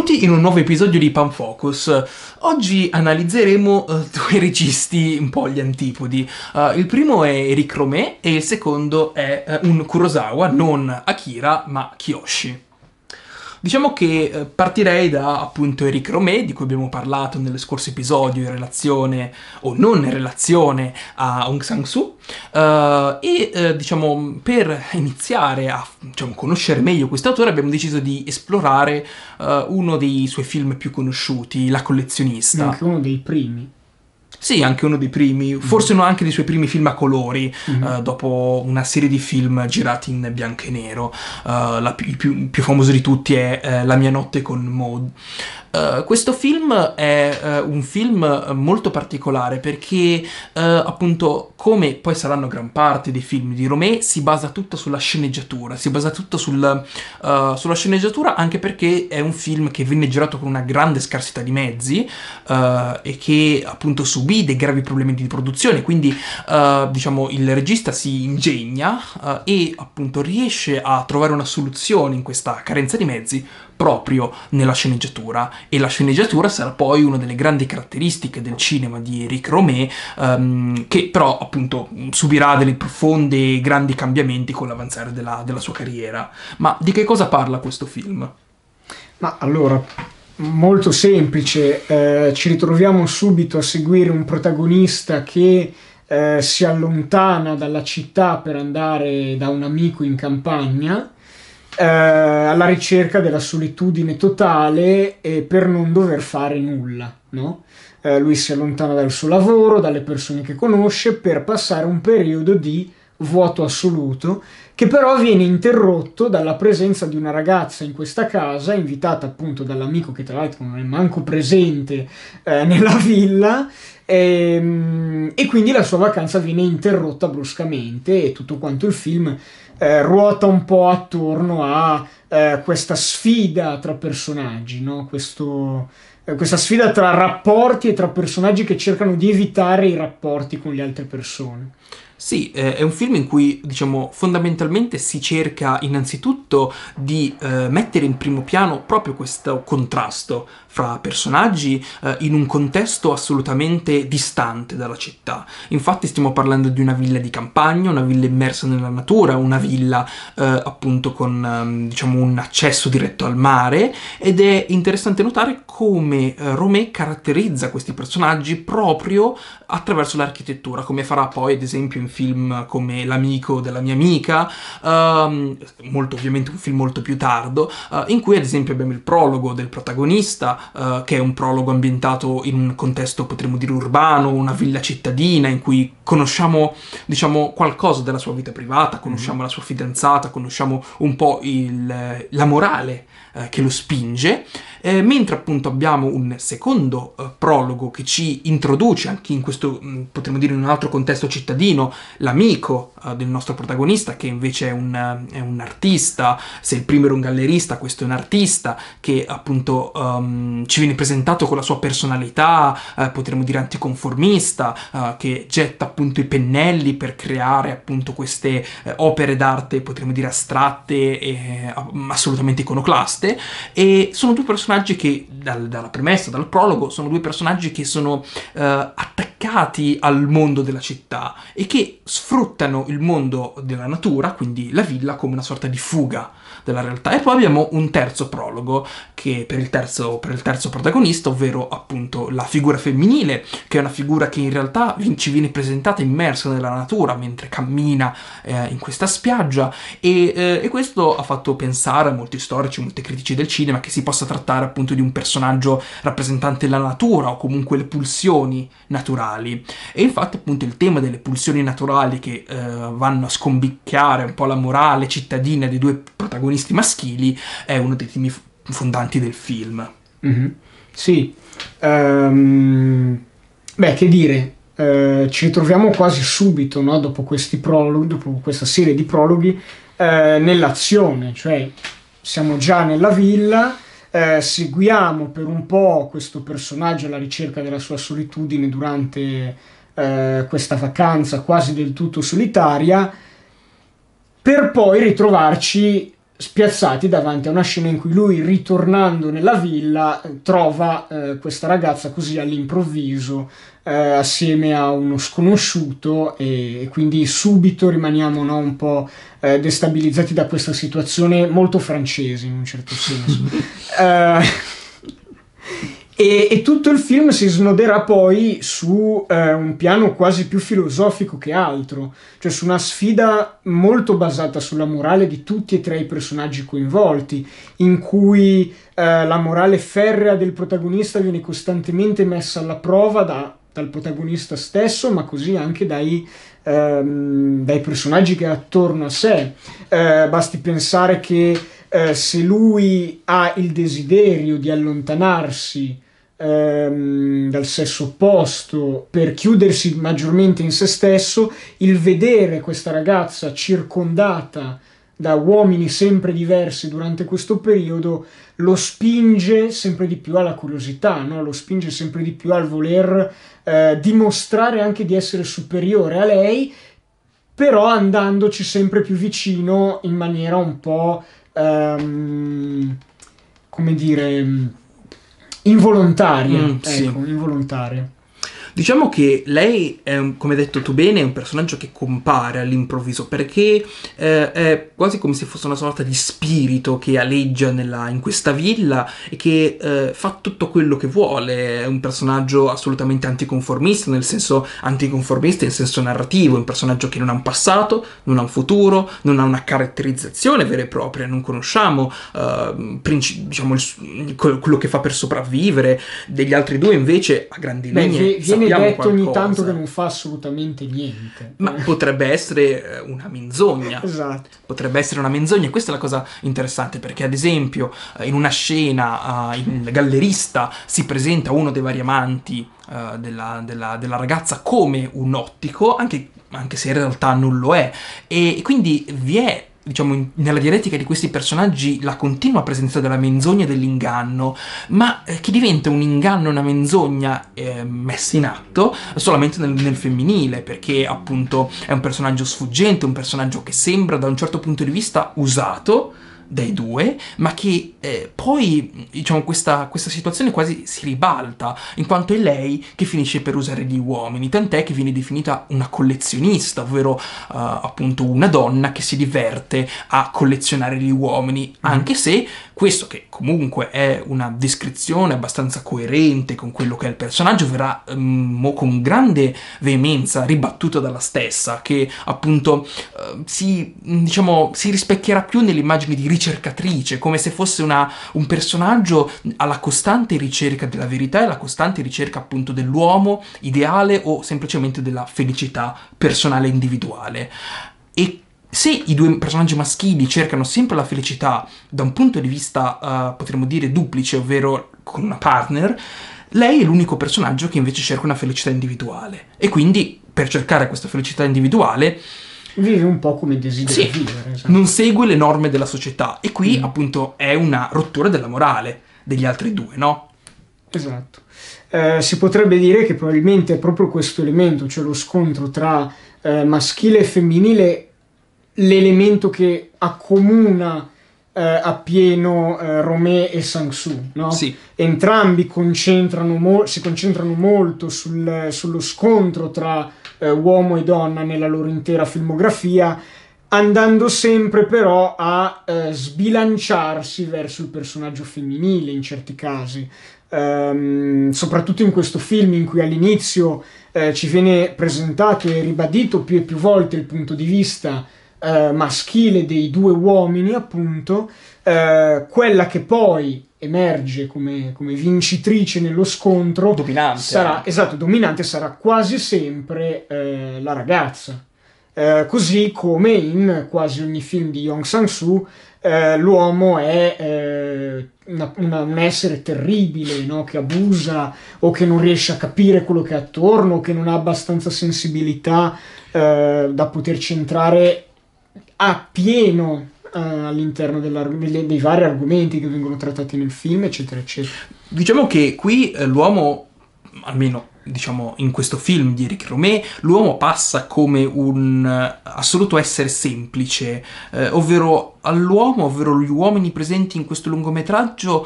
Benvenuti in un nuovo episodio di Pan Focus. Oggi analizzeremo due registi un po' agli antipodi. Il primo è Eric Rohmer e il secondo è un Kurosawa, non Akira ma Kiyoshi. Diciamo che partirei da appunto Eric Rohmer, di cui abbiamo parlato nello scorso episodio in relazione o non in relazione a Aung San Suu diciamo per iniziare a conoscere meglio questo autore abbiamo deciso di esplorare uno dei suoi film più conosciuti, La collezionista. Anche uno dei primi. Sì, anche uno dei primi, forse uno anche dei suoi primi film a colori, dopo una serie di film girati in bianco e nero. Il più famoso di tutti è La mia notte con Maud. Questo film è un film molto particolare perché appunto, come poi saranno gran parte dei film di Rohmer, si basa tutto sulla sceneggiatura, si basa tutto sulla sceneggiatura, anche perché è un film che venne girato con una grande scarsità di mezzi e che appunto subì dei gravi problemi di produzione, quindi diciamo il regista si ingegna e appunto riesce a trovare una soluzione in questa carenza di mezzi proprio nella sceneggiatura, e la sceneggiatura sarà poi una delle grandi caratteristiche del cinema di Eric Rohmer, che però appunto subirà delle profonde grandi cambiamenti con l'avanzare della sua carriera. Ma di che cosa parla questo film? Ma allora, molto semplice, ci ritroviamo subito a seguire un protagonista che si allontana dalla città per andare da un amico in campagna, alla ricerca della solitudine totale e per non dover fare nulla, no? Lui si allontana dal suo lavoro, dalle persone che conosce, per passare un periodo di vuoto assoluto, che però viene interrotto dalla presenza di una ragazza in questa casa, invitata appunto dall'amico che tra l'altro non è manco presente nella villa, e quindi la sua vacanza viene interrotta bruscamente, e tutto quanto il film ruota un po' attorno a questa sfida tra personaggi, no? Questa sfida tra rapporti e tra personaggi che cercano di evitare i rapporti con le altre persone. Sì, è un film in cui, diciamo, fondamentalmente si cerca innanzitutto di mettere in primo piano proprio questo contrasto fra personaggi in un contesto assolutamente distante dalla città. Infatti stiamo parlando di una villa di campagna, una villa immersa nella natura, una villa appunto con diciamo un accesso diretto al mare, ed è interessante notare come Rohmer caratterizza questi personaggi proprio attraverso l'architettura, come farà poi ad esempio in film come L'amico della mia amica, ovviamente un film molto più tardo, in cui ad esempio abbiamo il prologo del protagonista, che è un prologo ambientato in un contesto, potremmo dire, urbano, una villa cittadina in cui conosciamo, diciamo, qualcosa della sua vita privata, conosciamo la sua fidanzata, conosciamo un po' la morale che lo spinge, mentre appunto abbiamo un secondo prologo che ci introduce anche in questo, potremmo dire, in un altro contesto cittadino, l'amico del nostro protagonista, che invece è un artista. Se il primo era un gallerista, questo è un artista che appunto ci viene presentato con la sua personalità, potremmo dire anticonformista, che getta appunto i pennelli per creare appunto queste opere d'arte, potremmo dire astratte e assolutamente iconoclaste. E sono due personaggi che, dalla premessa, dal prologo, sono due personaggi che sono attaccati al mondo della città e che sfruttano il mondo della natura, quindi la villa, come una sorta di fuga della realtà. E poi abbiamo un terzo prologo che per il terzo protagonista, ovvero appunto la figura femminile, che è una figura che in realtà ci viene presentata immersa nella natura mentre cammina in questa spiaggia, e questo ha fatto pensare a molti storici, molti critici del cinema, che si possa trattare appunto di un personaggio rappresentante la natura o comunque le pulsioni naturali. E infatti appunto il tema delle pulsioni naturali che vanno a scombicchiare un po' la morale cittadina dei due protagonisti maschili è uno dei temi fondanti del film. Sì, beh, che dire, ci ritroviamo quasi subito, no? Dopo questi prologhi, dopo questa serie di prologhi, nell'azione, cioè siamo già nella villa, seguiamo per un po' questo personaggio alla ricerca della sua solitudine durante questa vacanza quasi del tutto solitaria, per poi ritrovarci spiazzati davanti a una scena in cui lui, ritornando nella villa, trova questa ragazza così all'improvviso assieme a uno sconosciuto, e quindi subito rimaniamo, no, un po' destabilizzati da questa situazione molto francese in un certo senso. E tutto il film si snoderà poi su un piano quasi più filosofico che altro, cioè su una sfida molto basata sulla morale di tutti e tre i personaggi coinvolti, in cui la morale ferrea del protagonista viene costantemente messa alla prova dal protagonista stesso, ma così anche dai personaggi che ha attorno a sé. Basti pensare che se lui ha il desiderio di allontanarsi dal sesso opposto per chiudersi maggiormente in se stesso, il vedere questa ragazza circondata da uomini sempre diversi durante questo periodo lo spinge sempre di più alla curiosità, no? Lo spinge sempre di più al voler dimostrare anche di essere superiore a lei, però andandoci sempre più vicino in maniera un po' come dire, involontaria. Ecco, sì. involontaria. Diciamo che lei è, come hai detto tu bene, è un personaggio che compare all'improvviso, perché è quasi come se fosse una sorta di spirito che aleggia in questa villa e che fa tutto quello che vuole. È un personaggio assolutamente anticonformista, nel senso anticonformista in senso narrativo, è un personaggio che non ha un passato, non ha un futuro, non ha una caratterizzazione vera e propria, non conosciamo diciamo quello che fa per sopravvivere. Degli altri due invece a grandi linee Viene detto ogni qualcosa. tanto che non fa assolutamente niente. Ma potrebbe essere una menzogna. Esatto. Potrebbe essere una menzogna, e questa è la cosa interessante, perché ad esempio in una scena il gallerista si presenta uno dei vari amanti della ragazza come un ottico, anche se in realtà non lo è, e quindi vi è, diciamo, nella dialettica di questi personaggi la continua presenza della menzogna e dell'inganno, ma che diventa un inganno e una menzogna messi in atto solamente nel femminile, perché appunto è un personaggio sfuggente, un personaggio che sembra da un certo punto di vista usato dai due, ma che poi, diciamo, questa situazione quasi si ribalta, in quanto è lei che finisce per usare gli uomini, tant'è che viene definita una collezionista, ovvero appunto una donna che si diverte a collezionare gli uomini, anche se questo, che comunque è una descrizione abbastanza coerente con quello che è il personaggio, verrà con grande veemenza ribattuto dalla stessa, che appunto si rispecchierà più nell'immagine di ricercatrice, come se fosse un personaggio alla costante ricerca della verità e alla costante ricerca appunto dell'uomo ideale o semplicemente della felicità personale e individuale. E se i due personaggi maschili cercano sempre la felicità da un punto di vista, potremmo dire, duplice, ovvero con una partner, lei è l'unico personaggio che invece cerca una felicità individuale. E quindi, per cercare questa felicità individuale, vive un po' come desidera vivere. Esatto. Non segue le norme della società. E qui, appunto, è una rottura della morale degli altri due, no? Esatto. Si potrebbe dire che probabilmente è proprio questo elemento, cioè lo scontro tra maschile e femminile, l'elemento che accomuna appieno Romée e Sang-soo, no? Sì. Entrambi si concentrano molto sullo scontro tra uomo e donna nella loro intera filmografia, andando sempre però a sbilanciarsi verso il personaggio femminile in certi casi. Soprattutto in questo film, in cui all'inizio ci viene presentato e ribadito più e più volte il punto di vista maschile dei due uomini, appunto, quella che poi emerge come vincitrice nello scontro, dominante, sarà quasi sempre la ragazza. Così come in quasi ogni film di Hong Sang-soo, l'uomo è un essere terribile, no? Che abusa o che non riesce a capire quello che è attorno, o che non ha abbastanza sensibilità da poterci entrare appieno all'interno dei vari argomenti che vengono trattati nel film, eccetera, eccetera. Diciamo che qui l'uomo, almeno diciamo, in questo film di Eric Rohmer, l'uomo passa come un assoluto essere semplice, ovvero all'uomo, ovvero gli uomini presenti in questo lungometraggio,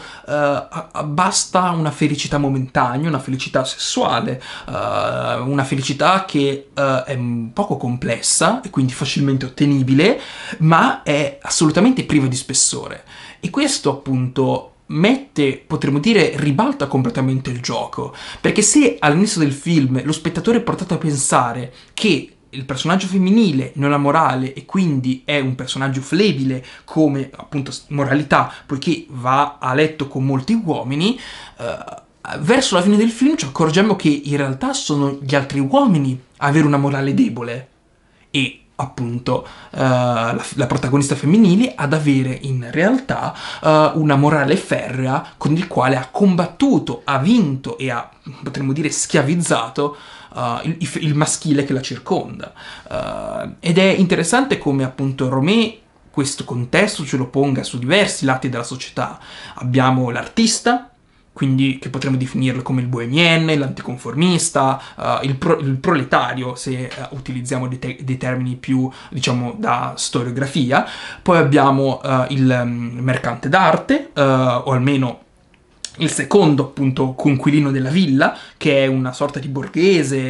basta una felicità momentanea, una felicità sessuale, una felicità che è poco complessa e quindi facilmente ottenibile, ma è assolutamente priva di spessore. E questo appunto potremmo dire, ribalta completamente il gioco, perché se all'inizio del film lo spettatore è portato a pensare che il personaggio femminile non ha morale e quindi è un personaggio flebile come appunto moralità, poiché va a letto con molti uomini, verso la fine del film ci accorgiamo che in realtà sono gli altri uomini a avere una morale debole e appunto la protagonista femminile ad avere in realtà una morale ferrea con il quale ha combattuto, ha vinto e ha, potremmo dire, schiavizzato il maschile che la circonda. Ed è interessante come appunto Rohmer questo contesto ce lo ponga su diversi lati della società. Abbiamo l'artista, quindi che potremmo definirlo come il bohemien, l'anticonformista, il proletario, se utilizziamo dei termini più, diciamo, da storiografia. Poi abbiamo il mercante d'arte, o almeno il secondo, appunto, coinquilino della villa, che è una sorta di borghese,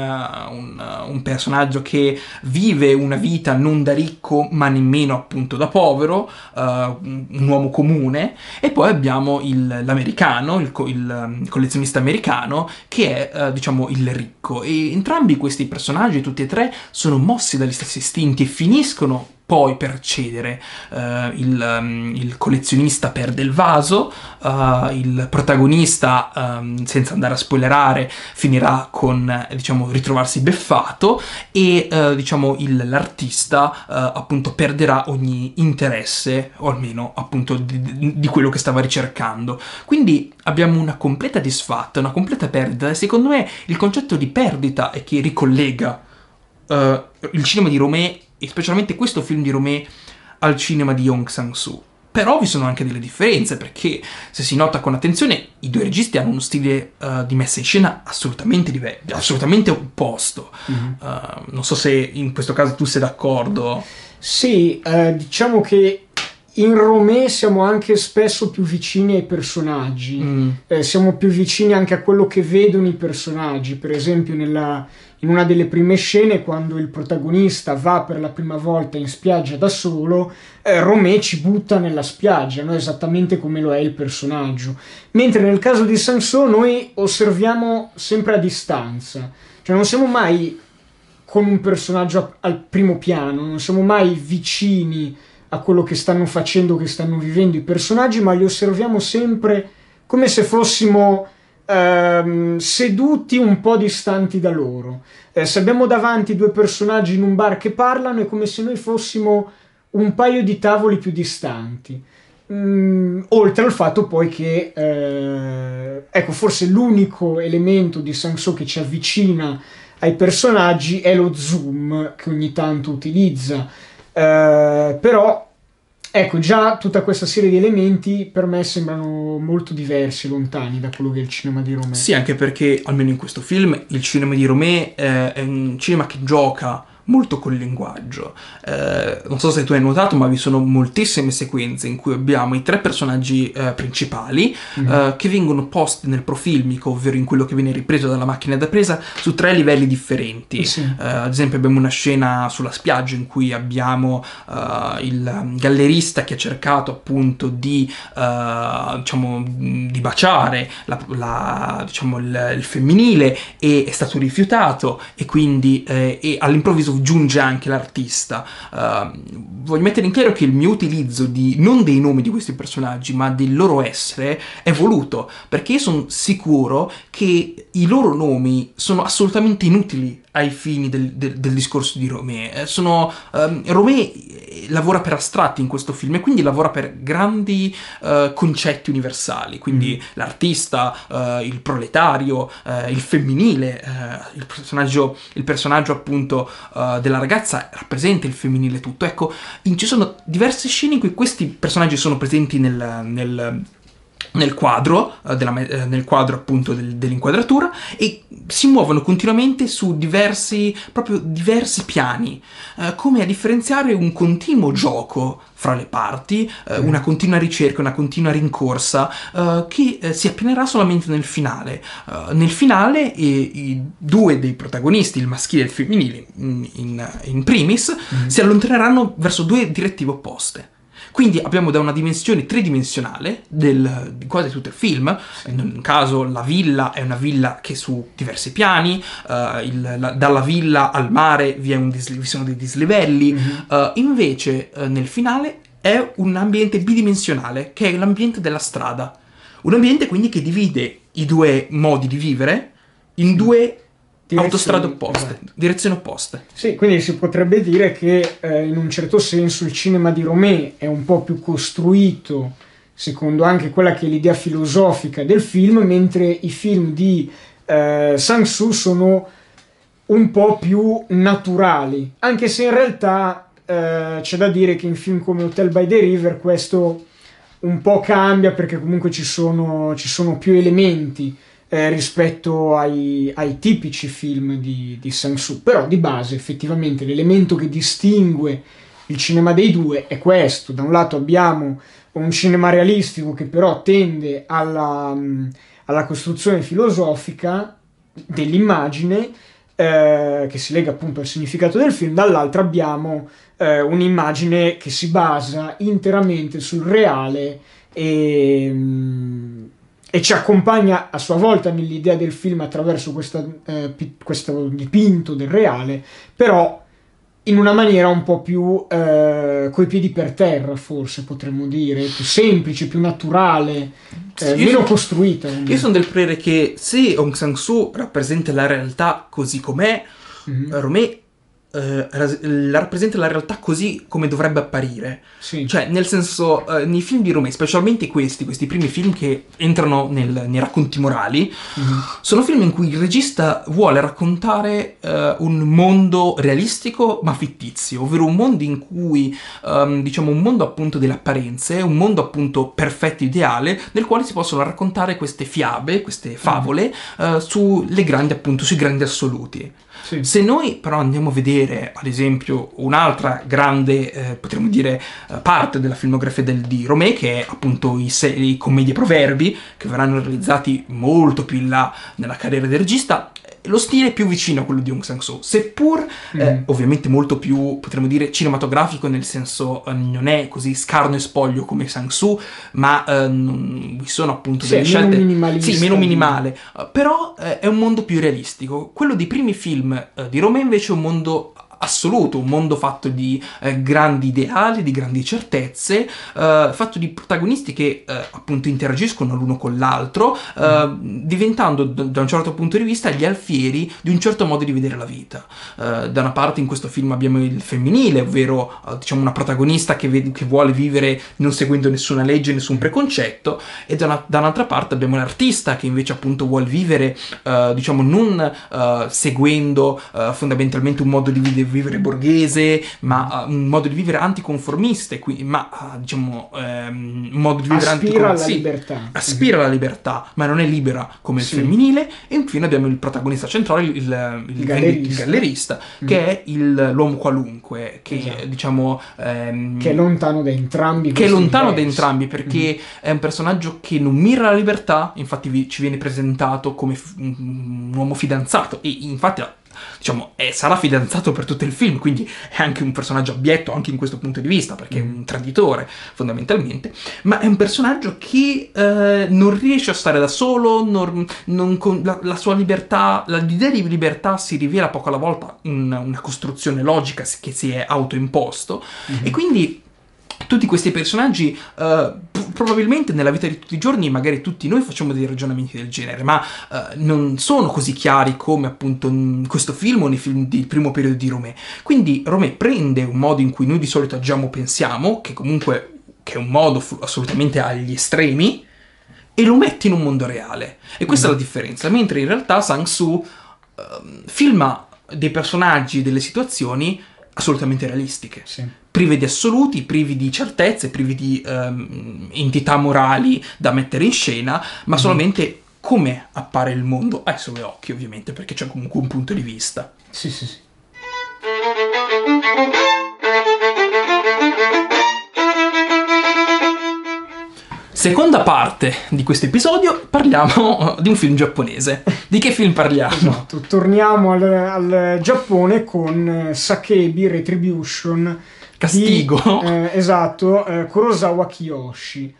un personaggio che vive una vita non da ricco, ma nemmeno appunto da povero, un uomo comune. E poi abbiamo l'americano, il collezionista americano, che è, diciamo, il ricco. E entrambi questi personaggi, tutti e tre, sono mossi dagli stessi istinti e finiscono poi per cedere. Il collezionista perde il vaso, il protagonista, senza andare a spoilerare, finirà con, diciamo, ritrovarsi beffato e, diciamo, l'artista, appunto, perderà ogni interesse, o almeno, appunto, di quello che stava ricercando. Quindi abbiamo una completa disfatta, una completa perdita, e secondo me il concetto di perdita è che ricollega il cinema di Rohmer, e specialmente questo film di Rohmer, al cinema di Aung San Suu. Però vi sono anche delle differenze, perché se si nota con attenzione i due registi hanno uno stile di messa in scena assolutamente opposto. Non so se in questo caso tu sei d'accordo. Sì, diciamo che in Rohmer siamo anche spesso più vicini ai personaggi, siamo più vicini anche a quello che vedono i personaggi. Per esempio in una delle prime scene, quando il protagonista va per la prima volta in spiaggia da solo, Rohmer ci butta nella spiaggia, no? Esattamente come lo è il personaggio. Mentre nel caso di Sang Soo noi osserviamo sempre a distanza, cioè non siamo mai con un personaggio al primo piano, non siamo mai vicini a quello che stanno facendo, che stanno vivendo i personaggi, ma li osserviamo sempre come se fossimo seduti un po' distanti da loro. Se abbiamo davanti due personaggi in un bar che parlano, è come se noi fossimo un paio di tavoli più distanti. Oltre al fatto poi che ecco, forse l'unico elemento di Sang Soo che ci avvicina ai personaggi è lo zoom che ogni tanto utilizza. Però ecco, già tutta questa serie di elementi per me sembrano molto diversi, lontani da quello che è il cinema di Rohmer. Sì, anche perché, almeno in questo film, il cinema di Rohmer è un cinema che gioca molto col linguaggio. Non so se tu hai notato, ma vi sono moltissime sequenze in cui abbiamo i tre personaggi principali che vengono posti nel profilmico, ovvero in quello che viene ripreso dalla macchina da presa, su tre livelli differenti. Sì. Ad esempio abbiamo una scena sulla spiaggia in cui abbiamo il gallerista che ha cercato appunto di diciamo di baciare diciamo il femminile e è stato rifiutato, e quindi e all'improvviso giunge anche l'artista. Voglio mettere in chiaro che il mio utilizzo non dei nomi di questi personaggi, ma del loro essere, è voluto, perché io sono sicuro che i loro nomi sono assolutamente inutili ai fini del discorso di Rohmer. Rohmer lavora per astratti in questo film, e quindi lavora per grandi concetti universali, quindi l'artista, il proletario, il femminile, il personaggio appunto della ragazza rappresenta il femminile tutto. Ecco, ci sono diverse scene in cui questi personaggi sono presenti nel quadro, nel quadro appunto dell'inquadratura, e si muovono continuamente su diversi piani, come a differenziare un continuo gioco fra le parti, una continua ricerca, una continua rincorsa, che si appianerà solamente nel finale. Nel finale i due dei protagonisti, il maschile e il femminile, in primis, si allontaneranno verso due direttive opposte. Quindi abbiamo da una dimensione tridimensionale di quasi tutto il film. In un caso la villa è una villa che su diversi piani, dalla villa al mare vi sono dei dislivelli. Invece nel finale è un ambiente bidimensionale, che è l'ambiente della strada. Un ambiente quindi che divide i due modi di vivere in due autostrade opposte, direzioni opposte. Sì, quindi si potrebbe dire che in un certo senso il cinema di Romè è un po' più costruito secondo anche quella che è l'idea filosofica del film, mentre i film di Sang-soo sono un po' più naturali, anche se in realtà c'è da dire che in film come Hotel by the River questo un po' cambia, perché comunque ci sono più elementi rispetto ai tipici film di Sang-soo. Però di base effettivamente l'elemento che distingue il cinema dei due è questo: da un lato abbiamo un cinema realistico che però tende alla costruzione filosofica dell'immagine, che si lega appunto al significato del film, dall'altro abbiamo un'immagine che si basa interamente sul reale e ci accompagna a sua volta nell'idea del film attraverso questo dipinto del reale, però in una maniera un po' più coi piedi per terra, forse potremmo dire, più semplice, più naturale, meno costruita. Io sono del parere che se Aung San Suu rappresenta la realtà così com'è, Romè la rappresenta la realtà così come dovrebbe apparire. Sì. Cioè, nel senso, nei film di Romè, specialmente questi primi film che entrano nei racconti morali, sono film in cui il regista vuole raccontare un mondo realistico ma fittizio, ovvero un mondo in cui, diciamo, un mondo appunto delle apparenze, un mondo appunto perfetto, ideale, nel quale si possono raccontare queste fiabe, queste favole, sui grandi assoluti. Sì. Se noi però andiamo a vedere, ad esempio, un'altra grande, potremmo dire, parte della filmografia di Romè, che è appunto i commedie proverbi, che verranno realizzati molto più in là nella carriera del regista, lo stile è più vicino a quello di Aung San Suu, seppur ovviamente molto più, potremmo dire, cinematografico, nel senso non è così scarno e spoglio come Sang Soo, ma vi sono appunto delle scelte meno minimale, però è un mondo più realistico. Quello dei primi film di Romè invece è un mondo assoluto, un mondo fatto di grandi ideali, di grandi certezze, fatto di protagonisti che appunto interagiscono l'uno con l'altro, diventando da un certo punto di vista gli alfieri di un certo modo di vedere la vita. Da una parte in questo film abbiamo il femminile, ovvero diciamo una protagonista che vuole vivere non seguendo nessuna legge, nessun preconcetto, e da un'altra parte abbiamo l'artista che invece appunto vuole vivere diciamo non seguendo fondamentalmente un modo di vivere borghese, ma un modo di vivere anticonformiste, ma diciamo un modo di vivere aspira alla libertà, ma non è libera come il femminile. E infine abbiamo il protagonista centrale, il gallerista, che è l'uomo qualunque, che diciamo che è lontano da entrambi, perché è un personaggio che non mira alla libertà. Infatti ci viene presentato come un uomo fidanzato, e infatti diciamo sarà fidanzato per tutto il film, quindi è anche un personaggio abietto anche in questo punto di vista, perché è un traditore fondamentalmente, ma è un personaggio che non riesce a stare da solo, la sua libertà, l'idea di libertà si rivela poco alla volta una costruzione logica che si è autoimposto, e quindi tutti questi personaggi probabilmente nella vita di tutti i giorni magari tutti noi facciamo dei ragionamenti del genere, ma non sono così chiari come appunto in questo film o nei film del primo periodo di Romè. Quindi Romè prende un modo in cui noi di solito agiamo o pensiamo, che comunque è un modo assolutamente agli estremi, e lo mette in un mondo reale, e questa è la differenza. Mentre in realtà Sang Soo filma dei personaggi, delle situazioni assolutamente realistiche, prive di assoluti, privi di certezze, privi di entità morali da mettere in scena, ma solamente come appare il mondo ai suoi occhi, ovviamente, perché c'è comunque un punto di vista. Sì, sì, sì. Seconda parte di questo episodio, parliamo di un film giapponese. Di che film parliamo? Esatto, torniamo al Giappone con Sakebi Retribution. Castigo. Esatto, Kurosawa Kiyoshi.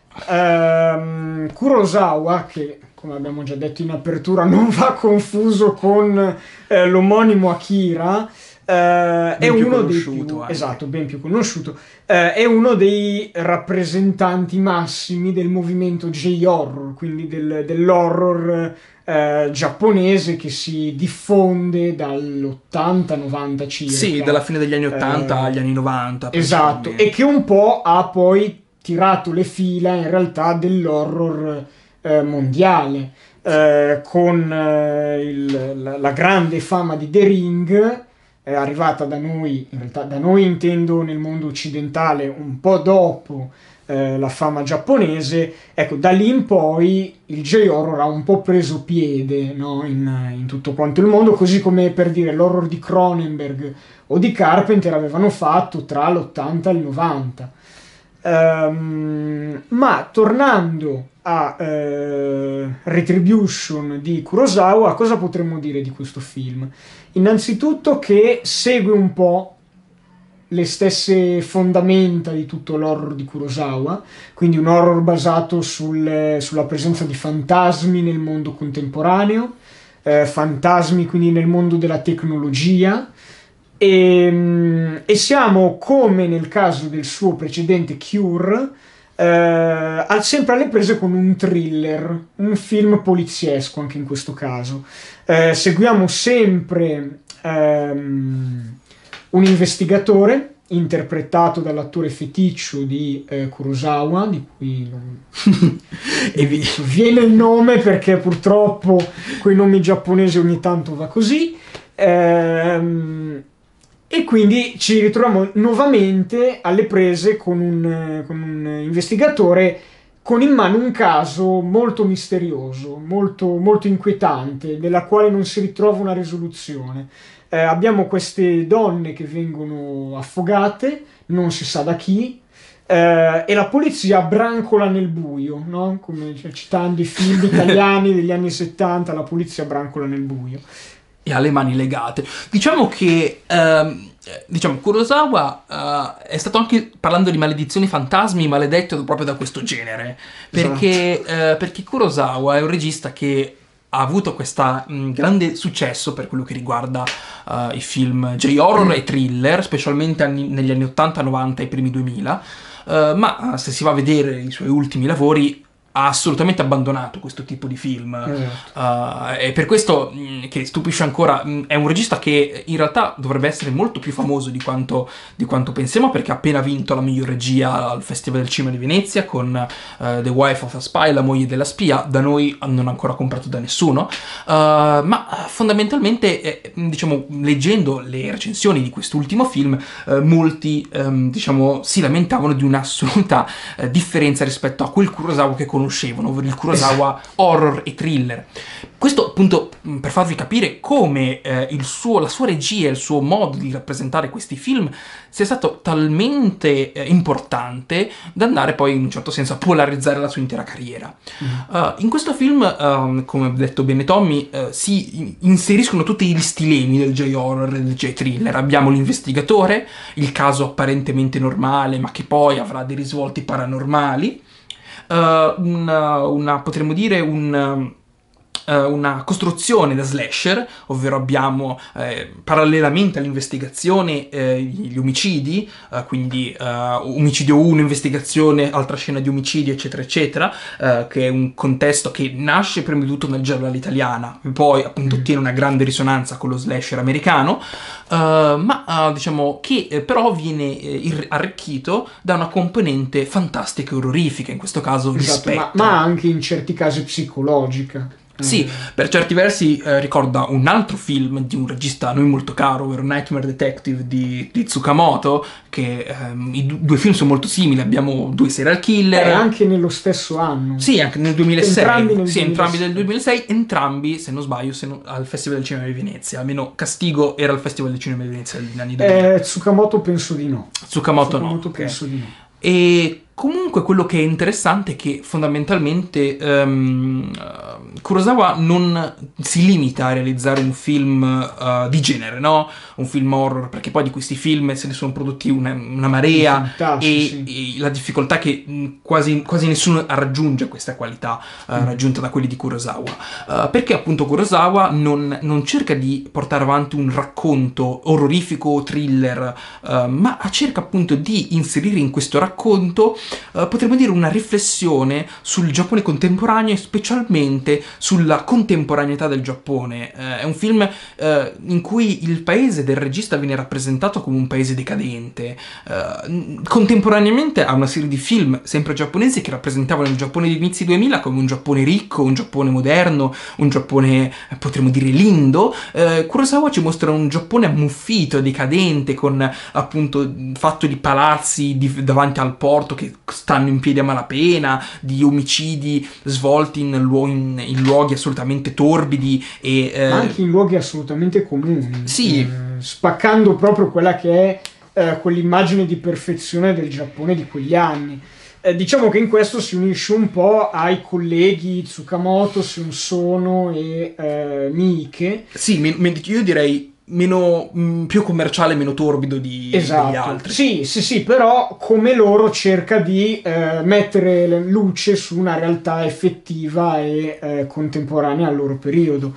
Kurosawa, che come abbiamo già detto in apertura non va confuso con l'omonimo Akira, è uno dei più, esatto, ben più conosciuto, è uno dei rappresentanti massimi del movimento J-horror, quindi dell'horror giapponese, che si diffonde dall'80-90 circa. Sì, dalla fine degli anni 80 agli anni 90. Esatto, e che un po' ha poi tirato le fila in realtà dell'horror mondiale, con la grande fama di The Ring, arrivata da noi, in realtà da noi intendo nel mondo occidentale un po' dopo la fama giapponese. Ecco, da lì in poi il J-horror ha un po' preso piede, no? in tutto quanto il mondo, così come, per dire, l'horror di Cronenberg o di Carpenter avevano fatto tra l'80 e il 90. Ma tornando a Retribution di Kurosawa, cosa potremmo dire di questo film? Innanzitutto che segue un po' le stesse fondamenta di tutto l'horror di Kurosawa, quindi un horror basato sulla presenza di fantasmi nel mondo contemporaneo, fantasmi quindi nel mondo della tecnologia, e siamo, come nel caso del suo precedente Cure, sempre alle prese con un thriller, un film poliziesco anche in questo caso. Seguiamo sempre un investigatore interpretato dall'attore feticcio di Kurosawa, di cui non viene il nome perché purtroppo con i nomi giapponesi ogni tanto va così. E quindi ci ritroviamo nuovamente alle prese con un investigatore con in mano un caso molto misterioso, molto, molto inquietante, della quale non si ritrova una risoluzione. Abbiamo queste donne che vengono affogate, non si sa da chi, e la polizia brancola nel buio, no? Come citando i film italiani degli anni 70, la polizia brancola nel buio. E ha le mani legate. Diciamo che Kurosawa è stato anche, parlando di maledizioni, fantasmi, maledetto proprio da questo genere, perché, perché Kurosawa è un regista che ha avuto questo grande successo per quello che riguarda i film J-horror e thriller, specialmente negli anni 80, 90 e i primi 2000, ma se si va a vedere i suoi ultimi lavori ha assolutamente abbandonato questo tipo di film. Esatto. E per questo, che stupisce ancora, è un regista che in realtà dovrebbe essere molto più famoso di quanto pensiamo, perché ha appena vinto la miglior regia al Festival del Cinema di Venezia con The Wife of a Spy, La moglie della spia. Da noi non ancora comprato da nessuno, ma fondamentalmente diciamo, leggendo le recensioni di quest'ultimo film, molti diciamo si lamentavano di un'assoluta differenza rispetto a quel Kurosawa che conoscevano, ovvero il Kurosawa horror e thriller. Questo appunto per farvi capire come la sua regia, il suo modo di rappresentare questi film sia stato talmente importante da andare poi in un certo senso a polarizzare la sua intera carriera. In questo film, come ha detto bene Tommy, si inseriscono tutti gli stilemi del J-horror e del J-thriller. Abbiamo l'investigatore, il caso apparentemente normale ma che poi avrà dei risvolti paranormali, potremmo dire una costruzione da slasher, ovvero abbiamo parallelamente all'investigazione gli omicidi, quindi omicidio 1, investigazione, altra scena di omicidio, eccetera eccetera, che è un contesto che nasce prima di tutto nel giallo all'italiana, poi appunto ottiene una grande risonanza con lo slasher americano, ma diciamo che però viene arricchito da una componente fantastica e orrorifica, in questo caso esatto, rispetto. ma anche in certi casi psicologica. Sì, per certi versi ricorda un altro film di un regista a noi molto caro, ovvero Nightmare Detective di Tsukamoto, che i due film sono molto simili, abbiamo due serial killer. Anche nello stesso anno. Sì, anche nel 2006. Entrambi Nel 2006, entrambi, se non sbaglio, al Festival del Cinema di Venezia. Almeno Castigo era al Festival del Cinema di Venezia negli anni 2000. Tsukamoto penso di no. Tsukamoto no. Penso di no. E comunque quello che è interessante è che fondamentalmente Kurosawa non si limita a realizzare un film di genere, no? Un film horror, perché poi di questi film se ne sono prodotti una marea e la difficoltà è che quasi nessuno raggiunge questa qualità raggiunta da quelli di Kurosawa. Perché appunto Kurosawa non cerca di portare avanti un racconto orrorifico o thriller, ma cerca appunto di inserire in questo racconto potremmo dire una riflessione sul Giappone contemporaneo e specialmente sulla contemporaneità del Giappone. È un film in cui il paese del regista viene rappresentato come un paese decadente. Contemporaneamente ha una serie di film sempre giapponesi che rappresentavano il Giappone degli inizi 2000 come un Giappone ricco, un Giappone moderno, un Giappone potremmo dire lindo. Kurosawa ci mostra un Giappone ammuffito, decadente, con appunto fatto di palazzi davanti al porto che stanno in piedi a malapena, di omicidi svolti in luoghi assolutamente torbidi e ma anche in luoghi assolutamente comuni. Sì. Spaccando proprio quella che è quell'immagine di perfezione del Giappone di quegli anni. Diciamo che in questo si unisce un po' ai colleghi Tsukamoto, Sono e Miike. Sì, io direi più commerciale, meno torbido degli altri. Sì, però come loro cerca di mettere luce su una realtà effettiva e contemporanea al loro periodo.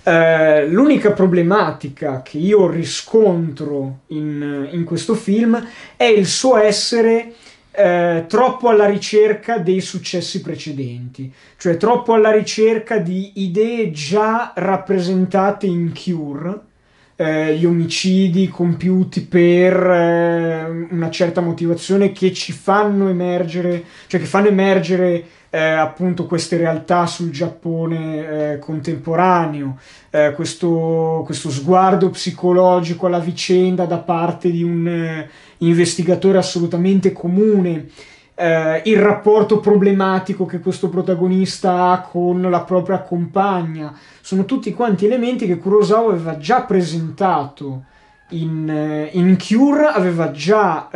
L'unica problematica che io riscontro in questo film è il suo essere troppo alla ricerca dei successi precedenti, cioè troppo alla ricerca di idee già rappresentate in Cure, gli omicidi compiuti per una certa motivazione che ci fanno emergere, cioè che fanno emergere appunto queste realtà sul Giappone contemporaneo, questo sguardo psicologico alla vicenda da parte di un investigatore assolutamente comune, il rapporto problematico che questo protagonista ha con la propria compagna, sono tutti quanti elementi che Kurosawa aveva già presentato in Cure, aveva già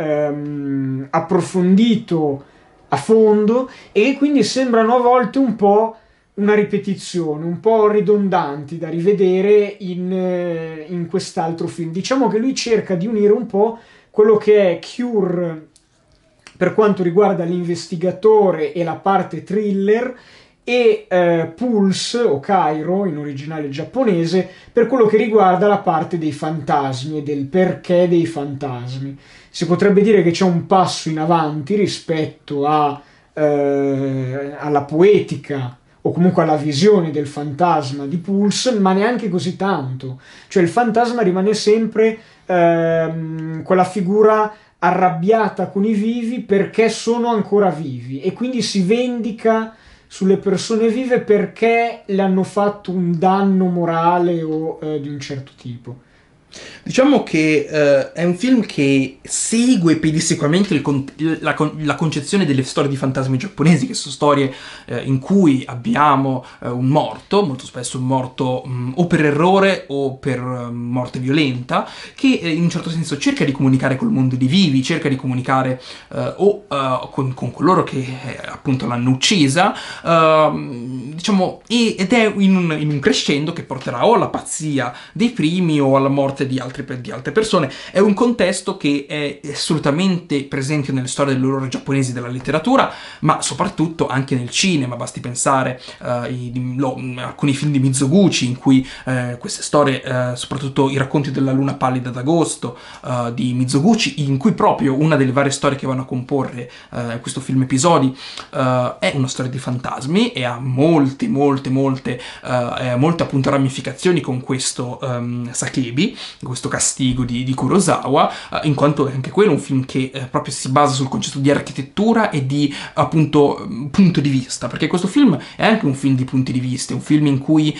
approfondito a fondo e quindi sembrano a volte un po' una ripetizione, un po' ridondanti da rivedere in quest'altro film. Diciamo che lui cerca di unire un po' quello che è Cure per quanto riguarda l'investigatore e la parte thriller e Pulse o Cairo in originale giapponese per quello che riguarda la parte dei fantasmi e del perché dei fantasmi. Si potrebbe dire che c'è un passo in avanti rispetto alla poetica o comunque alla visione del fantasma di Pulse, ma neanche così tanto. Cioè il fantasma rimane sempre quella figura arrabbiata con i vivi perché sono ancora vivi e quindi si vendica sulle persone vive perché le hanno fatto un danno morale o di un certo tipo. Diciamo che è un film che segue pedissequamente la concezione delle storie di fantasmi giapponesi, che sono storie in cui abbiamo un morto, molto spesso un morto o per errore o per morte violenta, che in un certo senso cerca di comunicare col mondo dei vivi, cerca di comunicare con coloro che appunto l'hanno uccisa, diciamo, ed è in un crescendo che porterà o alla pazzia dei primi o alla morte di altre persone. È un contesto che è assolutamente presente nelle storie dell'orrore giapponesi della letteratura, ma soprattutto anche nel cinema. Basti pensare alcuni film di Mizoguchi in cui queste storie, soprattutto i racconti della luna pallida d'agosto di Mizoguchi, in cui proprio una delle varie storie che vanno a comporre questo film episodi è una storia di fantasmi e ha molte appunto ramificazioni con questo Sakebi, questo questo castigo di Kurosawa, in quanto anche quello è un film che proprio si basa sul concetto di architettura e di appunto punto di vista, perché questo film è anche un film di punti di vista, è un film in cui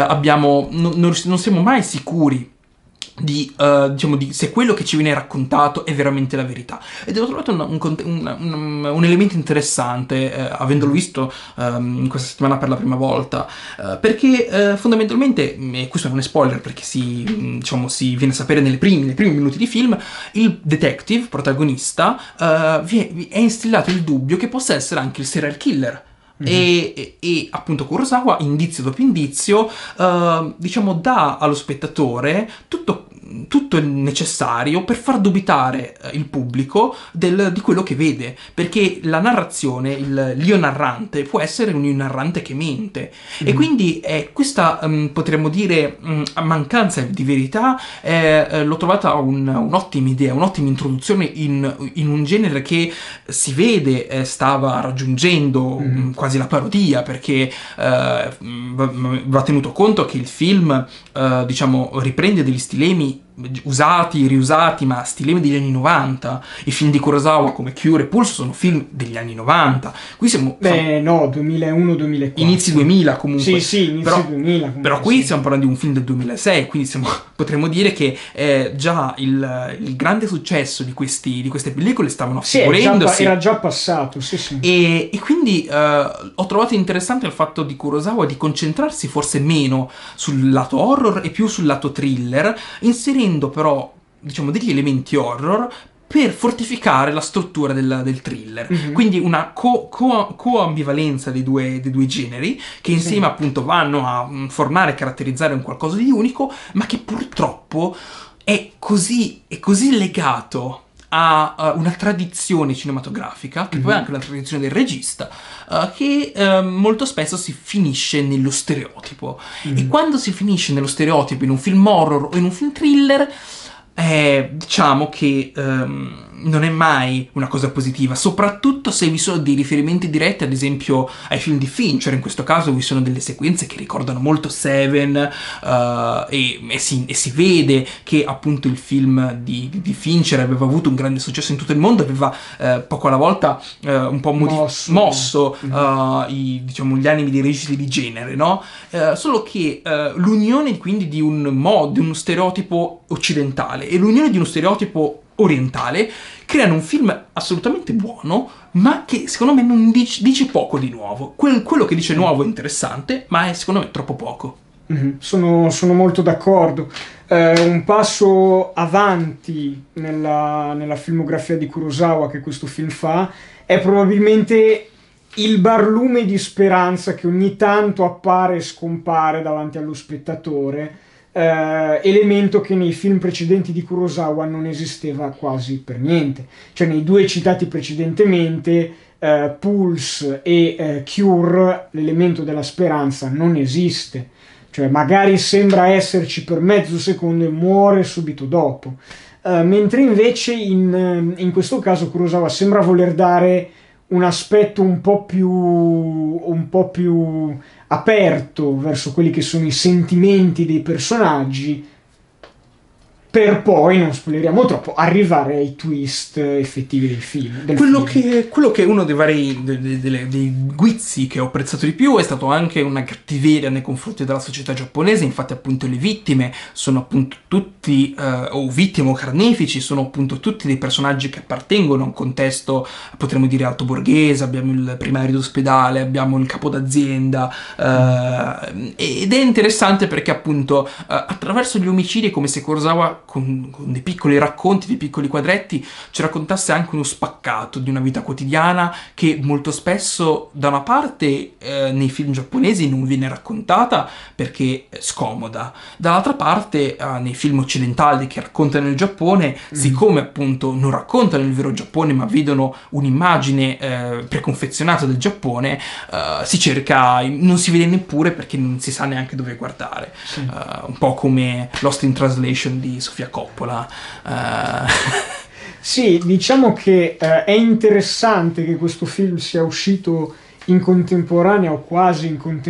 non siamo mai sicuri diciamo di se quello che ci viene raccontato è veramente la verità, ed ho trovato un elemento interessante avendolo visto in questa settimana per la prima volta, perché fondamentalmente, e questo non è spoiler perché si viene a sapere nei primi minuti di film, il detective protagonista è instillato il dubbio che possa essere anche il serial killer. E appunto Kurosawa, indizio dopo indizio, diciamo, dà allo spettatore tutto il necessario per far dubitare il pubblico di quello che vede, perché la narrazione, l'io narrante, può essere un io narrante che mente, e quindi questa potremmo dire mancanza di verità l'ho trovata un'ottima idea, un'ottima introduzione in un genere che si vede stava raggiungendo quasi la parodia, perché va tenuto conto che il film diciamo riprende degli stilemi usati, riusati, ma stilemi degli anni 90. I film di Kurosawa come Cure e Pulse sono film degli anni 90. Qui siamo no, 2001-2004. Inizi 2000 comunque. Sì, inizi 2000 comunque, però qui stiamo parlando di un film del 2006, quindi potremmo dire che già il grande successo di queste pellicole stavano affigurendosi. Era già passato, sì. E quindi ho trovato interessante il fatto di Kurosawa di concentrarsi forse meno sul lato horror e più sul lato thriller, inserendo però, diciamo, degli elementi horror per fortificare la struttura del thriller. Quindi una coambivalenza dei due generi, che insieme appunto vanno a formare e caratterizzare un qualcosa di unico, ma che purtroppo è così legato a una tradizione cinematografica, che poi è anche una tradizione del regista, che molto spesso si finisce nello stereotipo. E quando si finisce nello stereotipo in un film horror o in un film thriller, diciamo che non è mai una cosa positiva, soprattutto se vi sono dei riferimenti diretti, ad esempio ai film di Fincher. In questo caso vi sono delle sequenze che ricordano molto Seven, e si vede che appunto il film di Fincher aveva avuto un grande successo in tutto il mondo, aveva poco alla volta un po' mosso diciamo, gli animi dei registi di genere, no? Solo che l'unione quindi di uno stereotipo occidentale e l'unione di uno stereotipo orientale creano un film assolutamente buono, ma che secondo me non dice poco di nuovo. Quello che dice nuovo è interessante, ma è secondo me troppo poco. Sono molto d'accordo. Un passo avanti nella filmografia di Kurosawa che questo film fa è probabilmente il barlume di speranza che ogni tanto appare e scompare davanti allo spettatore, elemento che nei film precedenti di Kurosawa non esisteva quasi per niente. Cioè, nei due citati precedentemente, Pulse e Cure, l'elemento della speranza non esiste. Cioè, magari sembra esserci per mezzo secondo e muore subito dopo. Mentre invece in questo caso Kurosawa sembra voler dare un aspetto un po' più aperto verso quelli che sono i sentimenti dei personaggi, per poi, non spoileriamo troppo, arrivare ai twist effettivi del film. Quello che è uno dei guizzi che ho apprezzato di più è stato anche una cattiveria nei confronti della società giapponese. Infatti appunto le vittime sono appunto tutti, o vittime o carnefici, sono appunto tutti dei personaggi che appartengono a un contesto, potremmo dire, alto borghese. Abbiamo il primario d'ospedale, abbiamo il capo d'azienda, ed è interessante perché appunto attraverso gli omicidi è come se Kurosawa con dei piccoli racconti, dei piccoli quadretti, ci raccontasse anche uno spaccato di una vita quotidiana che molto spesso da una parte nei film giapponesi non viene raccontata perché è scomoda, dall'altra parte nei film occidentali che raccontano il Giappone, siccome appunto non raccontano il vero Giappone ma vedono un'immagine preconfezionata del Giappone, non si vede neppure perché non si sa neanche dove guardare. Un po' come Lost in Translation di Sofia Coppola. Sì, diciamo che è interessante che questo film sia uscito in contemporanea o quasi in contemporanea con Nightmare Detective di Tsukamoto, perché Nightmare Detective, che è un film che ha avuto un grande successo, è un film che ha avuto un grande successo in tutto il mondo, ma che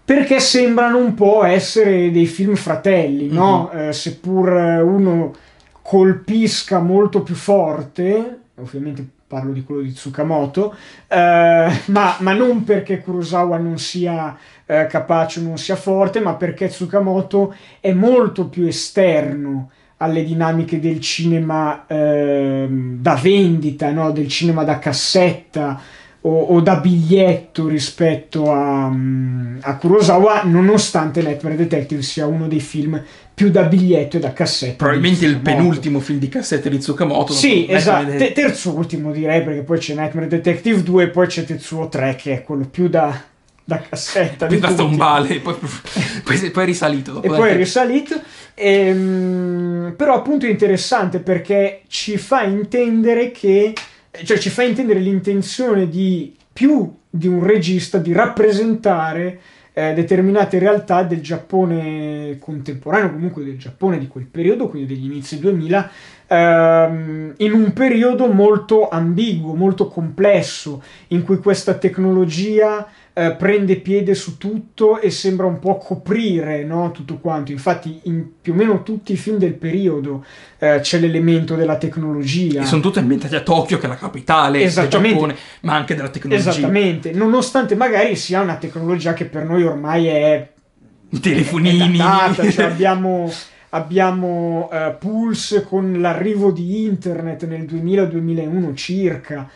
perché sembrano un po' essere dei film fratelli, no? Seppur uno colpisca molto più forte, ovviamente parlo di quello di Tsukamoto, ma non perché Kurosawa non sia capace o non sia forte, ma perché Tsukamoto è molto più esterno alle dinamiche del cinema da vendita, no? Del cinema da cassetta o da biglietto rispetto a Kurosawa, nonostante Nightmare Detective sia uno dei film più da biglietto e da cassetta. Probabilmente il penultimo film di cassette di Tsukamoto. Sì, esatto, terzo ultimo direi, perché poi c'è Nightmare Detective 2 e poi c'è Tetsuo 3 che è quello più da cassetta più da stombale, poi è risalito. E poi è risalito. Però appunto è interessante perché ci fa intendere ci fa intendere l'intenzione di più di un regista di rappresentare determinate realtà del Giappone contemporaneo, comunque del Giappone di quel periodo, quindi degli inizi 2000, in un periodo molto ambiguo, molto complesso, in cui questa tecnologia prende piede su tutto e sembra un po' coprire, no, tutto quanto. Infatti in più o meno tutti i film del periodo c'è l'elemento della tecnologia. E sono tutti ambientati a Tokyo, che è la capitale del Giappone, ma anche della tecnologia. Esattamente, nonostante magari sia una tecnologia che per noi ormai è telefonini, è datata, cioè abbiamo Pulse con l'arrivo di internet nel 2000-2001 circa.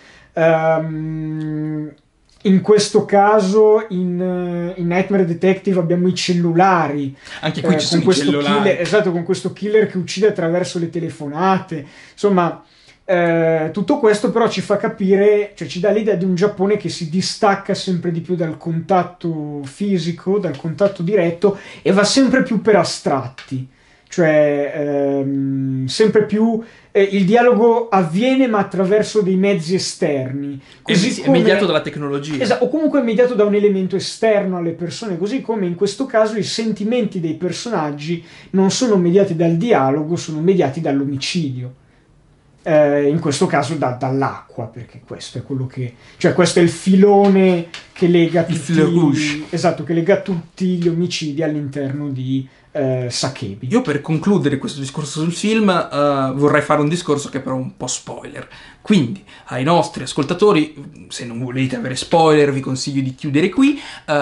In questo caso in Nightmare Detective abbiamo i cellulari, anche qui ci sono i cellulari, killer, esatto, con questo killer che uccide attraverso le telefonate, insomma tutto questo però ci fa capire, cioè ci dà l'idea di un Giappone che si distacca sempre di più dal contatto fisico, dal contatto diretto, e va sempre più per astratti, cioè sempre più il dialogo avviene ma attraverso dei mezzi esterni, così come, mediato dalla tecnologia, esatto, o comunque mediato da un elemento esterno alle persone, così come in questo caso i sentimenti dei personaggi non sono mediati dal dialogo, sono mediati dall'omicidio. In questo caso dall'acqua, perché questo è quello che, cioè questo è il filone che lega tutti, esatto, che lega tutti gli omicidi all'interno di Sakebi. Io per concludere questo discorso sul film vorrei fare un discorso che però è un po' spoiler, quindi ai nostri ascoltatori, se non volete avere spoiler, vi consiglio di chiudere qui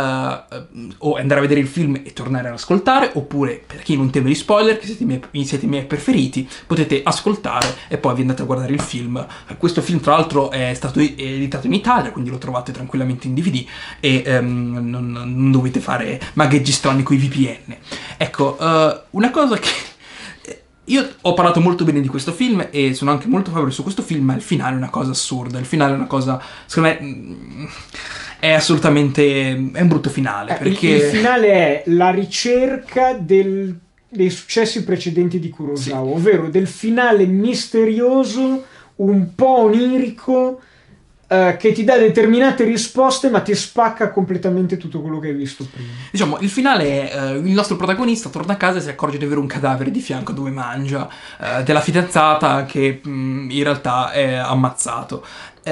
o andare a vedere il film e tornare ad ascoltare, oppure per chi non teme gli spoiler, che siete i miei preferiti, potete ascoltare e poi vi andate a guardare il film. Questo film tra l'altro è stato editato in Italia, quindi lo trovate tranquillamente in DVD e non dovete fare magheggi strani con i VPN. Ecco, una cosa che io ho parlato molto bene di questo film e sono anche molto favorevole su questo film, ma il finale è una cosa assurda. Il finale è una cosa, secondo me, è assolutamente, è un brutto finale, perché il finale è la ricerca dei successi precedenti di Kurosawa, sì, ovvero del finale misterioso, un po' onirico, che ti dà determinate risposte ma ti spacca completamente tutto quello che hai visto prima. Diciamo, il finale è il nostro protagonista torna a casa e si accorge di avere un cadavere di fianco dove mangia, della fidanzata che in realtà è ammazzato.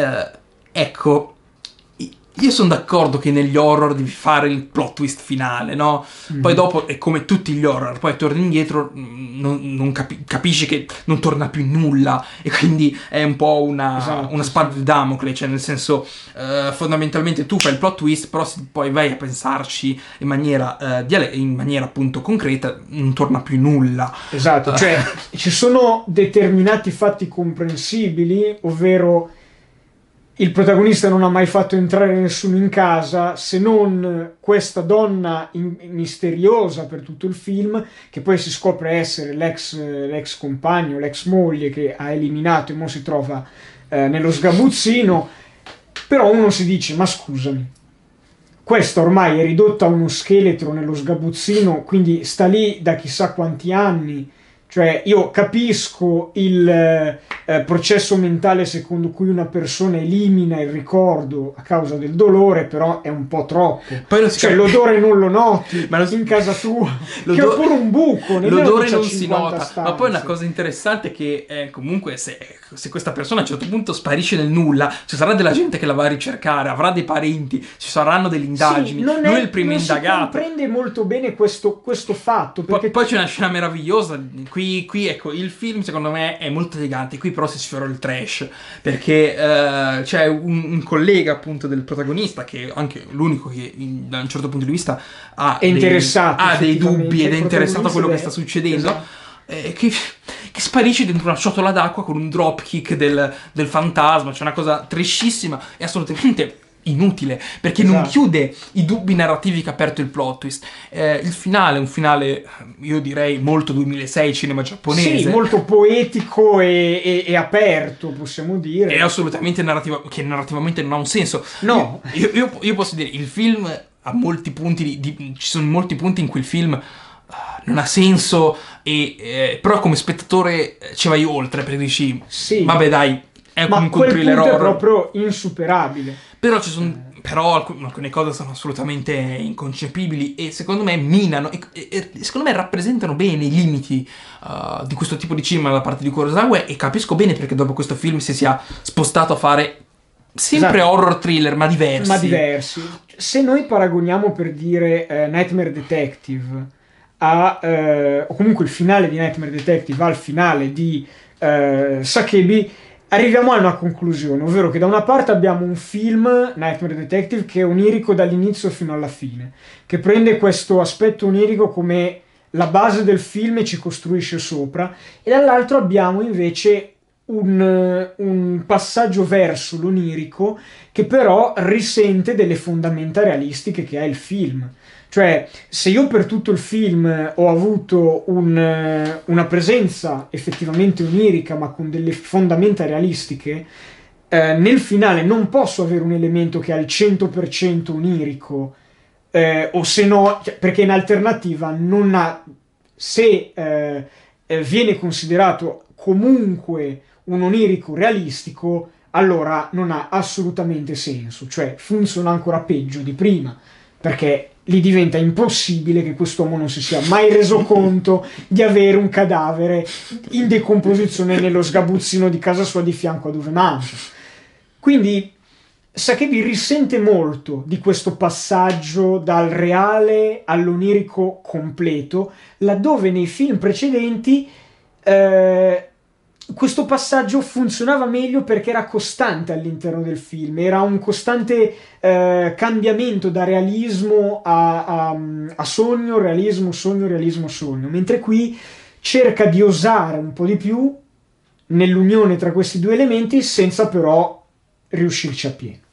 Ecco, io sono d'accordo che negli horror devi fare il plot twist finale, no? Poi dopo è come tutti gli horror, poi torni indietro, capisci che non torna più nulla, e quindi è un po' una spada di Damocle, cioè nel senso fondamentalmente tu fai il plot twist, però se poi vai a pensarci in maniera appunto concreta, non torna più nulla. Esatto, cioè ci sono determinati fatti comprensibili, ovvero il protagonista non ha mai fatto entrare nessuno in casa, se non questa donna misteriosa per tutto il film, che poi si scopre essere l'ex compagno, l'ex moglie che ha eliminato e ora si trova nello sgabuzzino. Però uno si dice, ma scusami, questa ormai è ridotta a uno scheletro nello sgabuzzino, quindi sta lì da chissà quanti anni, Cioè, io capisco il processo mentale secondo cui una persona elimina il ricordo a causa del dolore, però è un po' troppo. Poi non si Cioè, capisce. l'odore non lo noti Ma non si- in casa tua, che è L'odo- pure un buco. Nemmeno L'odore che c'ha non si 50 nota. stanze. Ma poi una cosa interessante è che comunque se questa persona a un certo punto sparisce nel nulla, ci sarà della gente che la va a ricercare, avrà dei parenti, ci saranno delle indagini. Sì, non Lui è il primo non indagato. si comprende molto bene questo fatto, perché Poi c'è una scena meravigliosa. Qui, ecco, il film secondo me è molto elegante. Qui però si sfiora il trash. Perché c'è un collega appunto del protagonista, che è anche l'unico che da un certo punto di vista è interessato, ha dei dubbi ed è il interessato a quello che protagonista sta succedendo. esatto. Che sparisce dentro una ciotola d'acqua con un dropkick del fantasma. C'è una cosa trashissima e assolutamente inutile, perché non Esatto. chiude i dubbi narrativi che ha aperto il plot twist. Il finale è un finale, io direi, molto 2006 cinema giapponese. Sì, molto poetico e aperto, possiamo dire. È assolutamente che narrativamente non ha un senso. No. Io posso dire, il film ha molti punti, ci sono molti punti in cui il film non ha senso, però come spettatore ci vai oltre, perché dici, Sì. vabbè dai, è Ma comunque un quel thriller punto è horror. proprio insuperabile. Però alcune cose sono assolutamente inconcepibili e secondo me minano e secondo me rappresentano bene i limiti di questo tipo di cinema da parte di Kurosawa, e capisco bene perché dopo questo film si sia spostato a fare sempre Esatto. horror thriller, ma diversi. Ma diversi. Se noi paragoniamo, per dire, Nightmare Detective o comunque il finale di Nightmare Detective al finale di Sakebi, arriviamo a una conclusione, ovvero che da una parte abbiamo un film, Nightmare Detective, che è onirico dall'inizio fino alla fine, che prende questo aspetto onirico come la base del film e ci costruisce sopra, e dall'altro abbiamo invece un passaggio verso l'onirico che però risente delle fondamenta realistiche che ha il film. Cioè, se io per tutto il film ho avuto una presenza effettivamente onirica, ma con delle fondamenta realistiche, nel finale non posso avere un elemento che è al 100% onirico, o se no, perché in alternativa non ha, se viene considerato comunque un onirico realistico, allora non ha assolutamente senso, cioè funziona ancora peggio di prima, perché gli diventa impossibile che quest'uomo non si sia mai reso conto di avere un cadavere in decomposizione nello sgabuzzino di casa sua di fianco a dove mangia. Quindi Sakebi risente molto di questo passaggio dal reale all'onirico completo, laddove nei film precedenti questo passaggio funzionava meglio perché era costante all'interno del film, era un costante cambiamento da realismo a sogno, realismo, sogno, realismo, sogno, mentre qui cerca di osare un po' di più nell'unione tra questi due elementi senza però riuscirci a pieno.